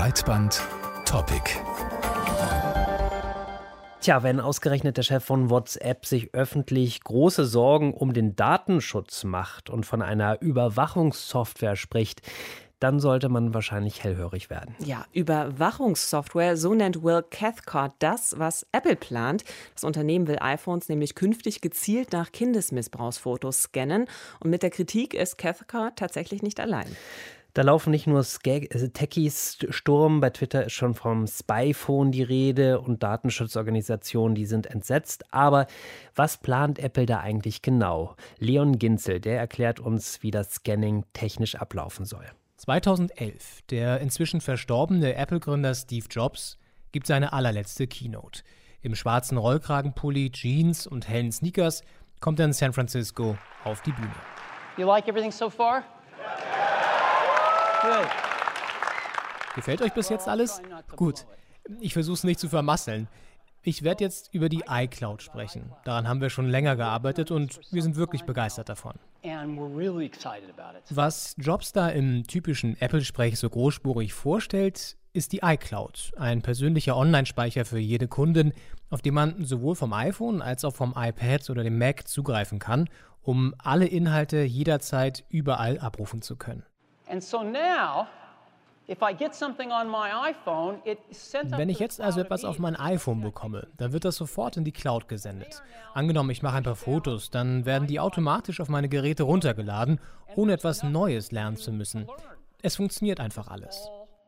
Breitband-Topic. Tja, wenn ausgerechnet der Chef von WhatsApp sich öffentlich große Sorgen um den Datenschutz macht und von einer Überwachungssoftware spricht, dann sollte man wahrscheinlich hellhörig werden. Ja, Überwachungssoftware, so nennt Will Cathcart das, was Apple plant. Das Unternehmen will iPhones nämlich künftig gezielt nach Kindesmissbrauchsfotos scannen. Und mit der Kritik ist Cathcart tatsächlich nicht allein. Da laufen nicht nur Techies Sturm, bei Twitter ist schon vom Spyphone die Rede und Datenschutzorganisationen, die sind entsetzt. Aber was plant Apple da eigentlich genau? Leon Ginzel, der erklärt uns, wie das Scanning technisch ablaufen soll. 2011, der inzwischen verstorbene Apple-Gründer Steve Jobs gibt seine allerletzte Keynote. Im schwarzen Rollkragenpulli, Jeans und hellen Sneakers kommt er in San Francisco auf die Bühne. You like everything so far? Good. Gefällt euch bis jetzt alles? Gut, ich versuche es nicht zu vermasseln. Ich werde jetzt über die iCloud sprechen. Daran haben wir schon länger gearbeitet und wir sind wirklich begeistert davon. Was Jobs da im typischen Apple-Sprech so großspurig vorstellt, ist die iCloud, ein persönlicher Online-Speicher für jede Kundin, auf den man sowohl vom iPhone als auch vom iPad oder dem Mac zugreifen kann, um alle Inhalte jederzeit überall abrufen zu können. Wenn ich jetzt also etwas auf mein iPhone bekomme, dann wird das sofort in die Cloud gesendet. Angenommen, ich mache ein paar Fotos, dann werden die automatisch auf meine Geräte runtergeladen, ohne etwas Neues lernen zu müssen. Es funktioniert einfach alles.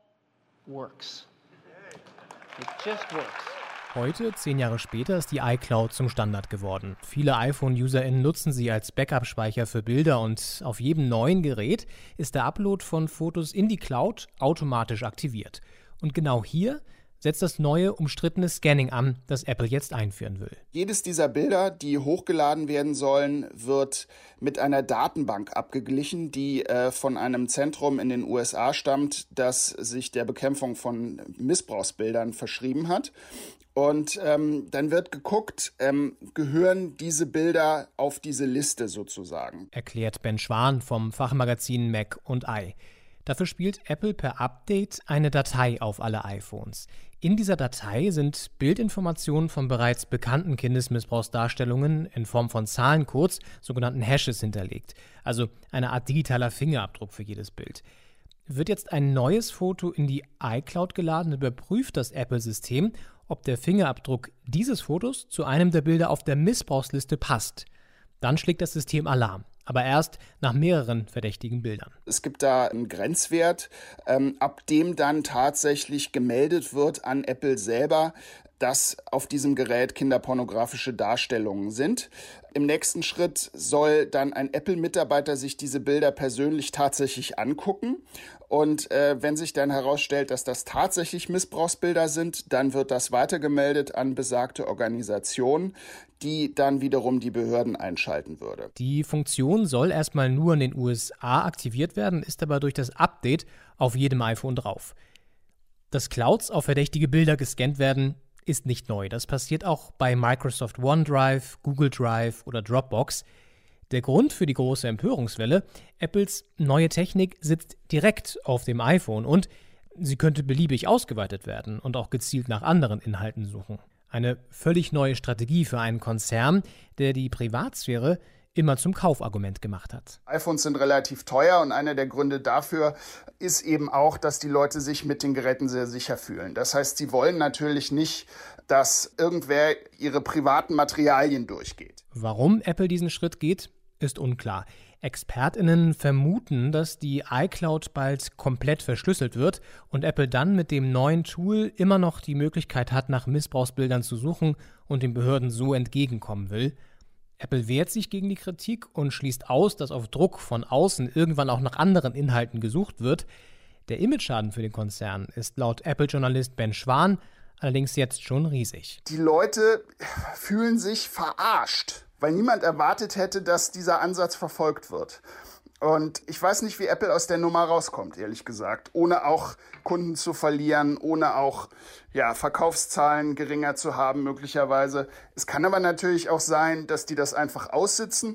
Heute, 10 Jahre später, ist die iCloud zum Standard geworden. Viele iPhone-UserInnen nutzen sie als Backup-Speicher für Bilder und auf jedem neuen Gerät ist der Upload von Fotos in die Cloud automatisch aktiviert. Und genau hier setzt das neue, umstrittene Scanning an, das Apple jetzt einführen will. Jedes dieser Bilder, die hochgeladen werden sollen, wird mit einer Datenbank abgeglichen, die von einem Zentrum in den USA stammt, das sich der Bekämpfung von Missbrauchsbildern verschrieben hat. Und dann wird geguckt, gehören diese Bilder auf diese Liste sozusagen. Erklärt Ben Schwan vom Fachmagazin Mac und I. Dafür spielt Apple per Update eine Datei auf alle iPhones. In dieser Datei sind Bildinformationen von bereits bekannten Kindesmissbrauchsdarstellungen in Form von Zahlencodes, sogenannten Hashes, hinterlegt. Also eine Art digitaler Fingerabdruck für jedes Bild. Wird jetzt ein neues Foto in die iCloud geladen, überprüft das Apple-System, ob der Fingerabdruck dieses Fotos zu einem der Bilder auf der Missbrauchsliste passt. Dann schlägt das System Alarm. Aber erst nach mehreren verdächtigen Bildern. Es gibt da einen Grenzwert, ab dem dann tatsächlich gemeldet wird an Apple selber, dass auf diesem Gerät kinderpornografische Darstellungen sind. Im nächsten Schritt soll dann ein Apple-Mitarbeiter sich diese Bilder persönlich tatsächlich angucken. Und wenn sich dann herausstellt, dass das tatsächlich Missbrauchsbilder sind, dann wird das weitergemeldet an besagte Organisation, die dann wiederum die Behörden einschalten würde. Die Funktion soll erstmal nur in den USA aktiviert werden, ist aber durch das Update auf jedem iPhone drauf. Dass Clouds auf verdächtige Bilder gescannt werden, ist nicht neu. Das passiert auch bei Microsoft OneDrive, Google Drive oder Dropbox. Der Grund für die große Empörungswelle: Apples neue Technik sitzt direkt auf dem iPhone und sie könnte beliebig ausgeweitet werden und auch gezielt nach anderen Inhalten suchen. Eine völlig neue Strategie für einen Konzern, der die Privatsphäre immer zum Kaufargument gemacht hat. iPhones sind relativ teuer und einer der Gründe dafür ist eben auch, dass die Leute sich mit den Geräten sehr sicher fühlen. Das heißt, sie wollen natürlich nicht, dass irgendwer ihre privaten Materialien durchgeht. Warum Apple diesen Schritt geht, ist unklar. ExpertInnen vermuten, dass die iCloud bald komplett verschlüsselt wird und Apple dann mit dem neuen Tool immer noch die Möglichkeit hat, nach Missbrauchsbildern zu suchen und den Behörden so entgegenkommen will. Apple wehrt sich gegen die Kritik und schließt aus, dass auf Druck von außen irgendwann auch nach anderen Inhalten gesucht wird. Der Imageschaden für den Konzern ist laut Apple-Journalist Ben Schwan allerdings jetzt schon riesig. Die Leute fühlen sich verarscht, weil niemand erwartet hätte, dass dieser Ansatz verfolgt wird. Und ich weiß nicht, wie Apple aus der Nummer rauskommt, ehrlich gesagt, ohne auch Kunden zu verlieren, ohne auch Verkaufszahlen geringer zu haben möglicherweise. Es kann aber natürlich auch sein, dass die das einfach aussitzen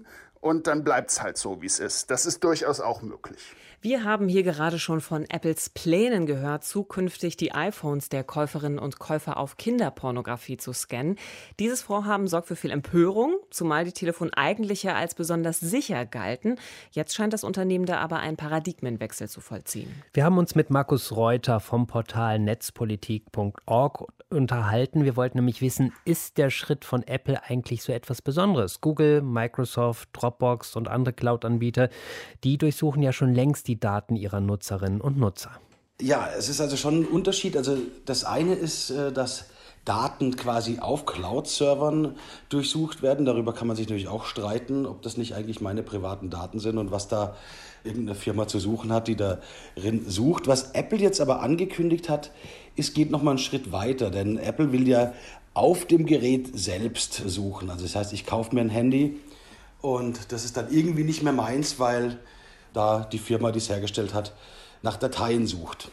und dann bleibt es halt so, wie es ist. Das ist durchaus auch möglich. Wir haben hier gerade schon von Apples Plänen gehört, zukünftig die iPhones der Käuferinnen und Käufer auf Kinderpornografie zu scannen. Dieses Vorhaben sorgt für viel Empörung, zumal die Telefone eigentlich ja als besonders sicher galten. Jetzt scheint das Unternehmen da aber einen Paradigmenwechsel zu vollziehen. Wir haben uns mit Markus Reuter vom Portal netzpolitik.org unterhalten. Wir wollten nämlich wissen, ist der Schritt von Apple eigentlich so etwas Besonderes? Google, Microsoft, Dropbox und andere Cloud-Anbieter, die durchsuchen ja schon längst die Daten ihrer Nutzerinnen und Nutzer. Ja, es ist also schon ein Unterschied. Also das eine ist, dass Daten quasi auf Cloud-Servern durchsucht werden. Darüber kann man sich natürlich auch streiten, ob das nicht eigentlich meine privaten Daten sind und was da irgendeine Firma zu suchen hat, die darin sucht. Was Apple jetzt aber angekündigt hat, geht noch mal einen Schritt weiter, denn Apple will ja auf dem Gerät selbst suchen. Also das heißt, ich kaufe mir ein Handy und das ist dann irgendwie nicht mehr meins, weil da die Firma, die es hergestellt hat, nach Dateien sucht.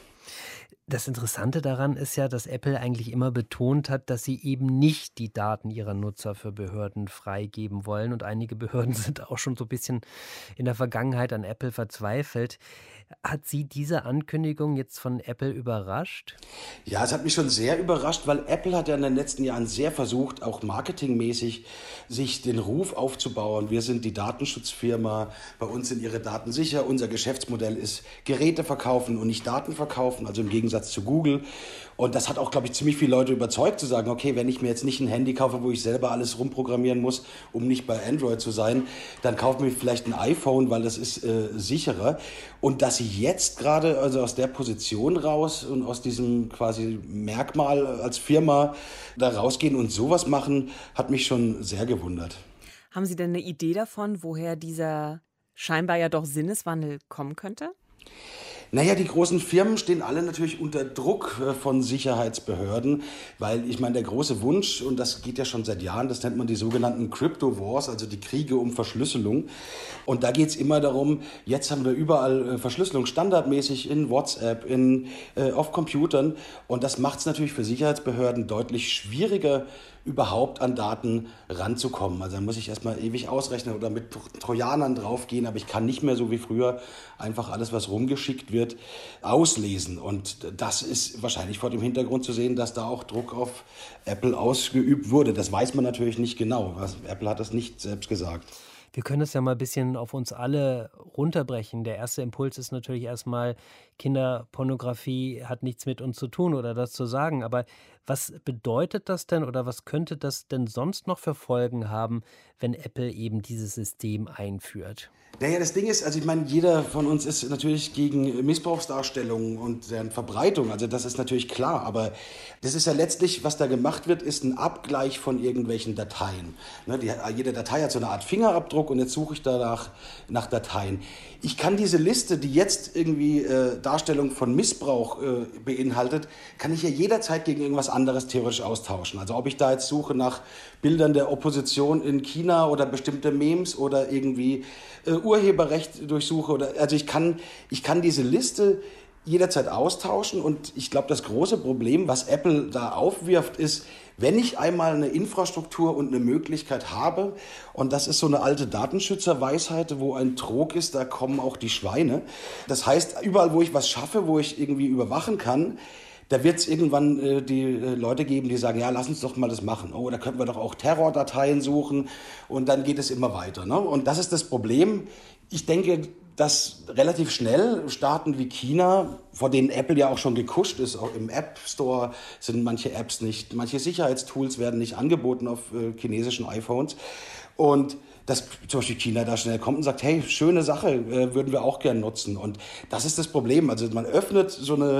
Das Interessante daran ist ja, dass Apple eigentlich immer betont hat, dass sie eben nicht die Daten ihrer Nutzer für Behörden freigeben wollen. Und einige Behörden sind auch schon so ein bisschen in der Vergangenheit an Apple verzweifelt. Hat Sie diese Ankündigung jetzt von Apple überrascht? Ja, es hat mich schon sehr überrascht, weil Apple hat ja in den letzten Jahren sehr versucht, auch marketingmäßig, sich den Ruf aufzubauen. Wir sind die Datenschutzfirma, bei uns sind Ihre Daten sicher. Unser Geschäftsmodell ist Geräte verkaufen und nicht Daten verkaufen, also im Gegensatz zu Google. Und das hat auch, glaube ich, ziemlich viele Leute überzeugt, zu sagen, okay, wenn ich mir jetzt nicht ein Handy kaufe, wo ich selber alles rumprogrammieren muss, um nicht bei Android zu sein, dann kaufe ich mir vielleicht ein iPhone, weil das ist sicherer. Und dass sie jetzt gerade also aus der Position raus und aus diesem quasi Merkmal als Firma da rausgehen und sowas machen, hat mich schon sehr gewundert. Haben Sie denn eine Idee davon, woher dieser scheinbar ja doch Sinneswandel kommen könnte? Naja, die großen Firmen stehen alle natürlich unter Druck von Sicherheitsbehörden, weil ich meine, der große Wunsch, und das geht ja schon seit Jahren, das nennt man die sogenannten Crypto Wars, also die Kriege um Verschlüsselung. Und da geht es immer darum, jetzt haben wir überall Verschlüsselung standardmäßig in WhatsApp, auf Computern. Und das macht es natürlich für Sicherheitsbehörden deutlich schwieriger, überhaupt an Daten ranzukommen. Also da muss ich erstmal ewig ausrechnen oder mit Trojanern draufgehen, aber ich kann nicht mehr so wie früher einfach alles, was rumgeschickt wird, auslesen. Und das ist wahrscheinlich vor dem Hintergrund zu sehen, dass da auch Druck auf Apple ausgeübt wurde. Das weiß man natürlich nicht genau. Apple hat das nicht selbst gesagt. Wir können es ja mal ein bisschen auf uns alle runterbrechen. Der erste Impuls ist natürlich erstmal, Kinderpornografie hat nichts mit uns zu tun oder das zu sagen. Aber was bedeutet das denn oder was könnte das denn sonst noch für Folgen haben, wenn Apple eben dieses System einführt? Naja, das Ding ist, also ich meine, jeder von uns ist natürlich gegen Missbrauchsdarstellungen und deren Verbreitung, also das ist natürlich klar, aber das ist ja letztlich, was da gemacht wird, ist ein Abgleich von irgendwelchen Dateien. Ne, jede Datei hat so eine Art Fingerabdruck und jetzt suche ich danach nach Dateien. Ich kann diese Liste, die jetzt irgendwie Darstellung von Missbrauch beinhaltet, kann ich ja jederzeit gegen irgendwas anderes theoretisch austauschen. Also ob ich da jetzt suche nach Bildern der Opposition in China oder bestimmte Memes oder irgendwie Urheberrecht durchsuche. Also ich kann diese Liste jederzeit austauschen und ich glaube, das große Problem, was Apple da aufwirft, ist, wenn ich einmal eine Infrastruktur und eine Möglichkeit habe, und das ist so eine alte Datenschützerweisheit, wo ein Trog ist, da kommen auch die Schweine. Das heißt, überall, wo ich was schaffe, wo ich irgendwie überwachen kann, da wird es irgendwann die Leute geben, die sagen, ja, lass uns doch mal das machen. Oh, da könnten wir doch auch Terrordateien suchen und dann geht es immer weiter. Ne? Und das ist das Problem. Ich denke, dass relativ schnell Staaten wie China, vor denen Apple ja auch schon gekuscht ist, auch im App Store sind manche Apps nicht, manche Sicherheitstools werden nicht angeboten auf chinesischen iPhones. Und dass zum Beispiel China da schnell kommt und sagt, hey, schöne Sache, würden wir auch gern nutzen. Und das ist das Problem. Also man öffnet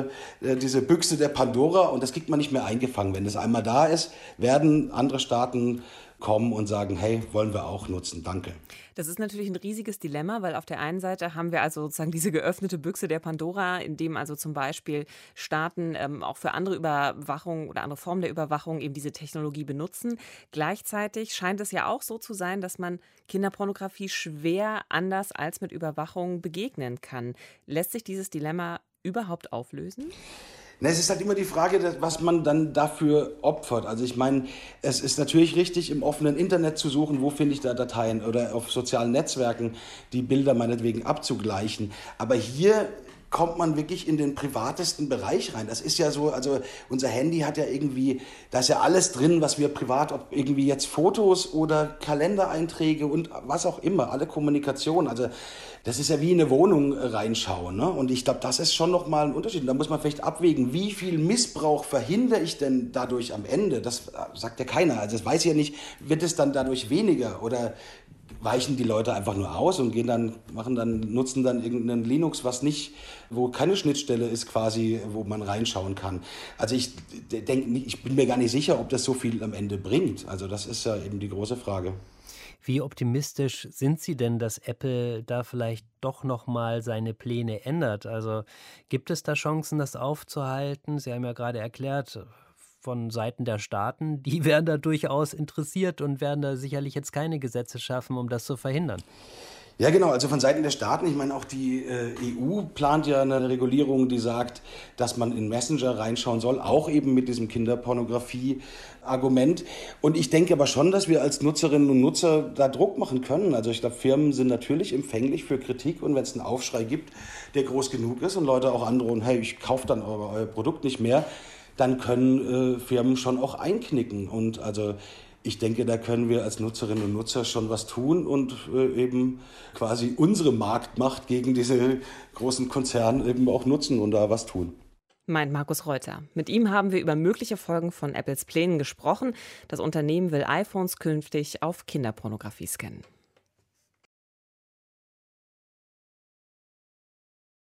diese Büchse der Pandora und das kriegt man nicht mehr eingefangen. Wenn es einmal da ist, werden andere Staaten kommen und sagen, hey, wollen wir auch nutzen, danke. Das ist natürlich ein riesiges Dilemma, weil auf der einen Seite haben wir also sozusagen diese geöffnete Büchse der Pandora, in dem also zum Beispiel Staaten auch für andere Überwachung oder andere Formen der Überwachung eben diese Technologie benutzen. Gleichzeitig scheint es ja auch so zu sein, dass man Kinderpornografie schwer anders als mit Überwachung begegnen kann. Lässt sich dieses Dilemma überhaupt auflösen? Es ist halt immer die Frage, was man dann dafür opfert. Also ich meine, es ist natürlich richtig, im offenen Internet zu suchen, wo finde ich da Dateien oder auf sozialen Netzwerken die Bilder meinetwegen abzugleichen. Aber hier kommt man wirklich in den privatesten Bereich rein. Das ist ja so, also unser Handy hat ja irgendwie, da ist ja alles drin, was wir privat, ob irgendwie jetzt Fotos oder Kalendereinträge und was auch immer, alle Kommunikation. Also das ist ja wie in eine Wohnung reinschauen, ne? Und ich glaube, das ist schon nochmal ein Unterschied. Da muss man vielleicht abwägen, wie viel Missbrauch verhindere ich denn dadurch am Ende? Das sagt ja keiner. Also das weiß ich ja nicht, wird es dann dadurch weniger oder weichen die Leute einfach nur aus und nutzen dann irgendeinen Linux, wo keine Schnittstelle ist quasi, wo man reinschauen kann. Also ich bin mir gar nicht sicher, ob das so viel am Ende bringt. Also das ist ja eben die große Frage. Wie optimistisch sind Sie denn, dass Apple da vielleicht doch noch mal seine Pläne ändert? Also gibt es da Chancen, das aufzuhalten? Sie haben ja gerade erklärt, von Seiten der Staaten, die wären da durchaus interessiert und werden da sicherlich jetzt keine Gesetze schaffen, um das zu verhindern. Ja, genau. Also von Seiten der Staaten, ich meine auch die EU plant ja eine Regulierung, die sagt, dass man in Messenger reinschauen soll, auch eben mit diesem Kinderpornografie-Argument. Und ich denke aber schon, dass wir als Nutzerinnen und Nutzer da Druck machen können. Also ich glaube, Firmen sind natürlich empfänglich für Kritik und wenn es einen Aufschrei gibt, der groß genug ist und Leute auch androhen, hey, ich kaufe dann aber euer Produkt nicht mehr, dann können Firmen schon auch einknicken. Und also ich denke, da können wir als Nutzerinnen und Nutzer schon was tun und eben quasi unsere Marktmacht gegen diese großen Konzerne eben auch nutzen und da was tun. Meint Markus Reuter. Mit ihm haben wir über mögliche Folgen von Apples Plänen gesprochen. Das Unternehmen will iPhones künftig auf Kinderpornografie scannen.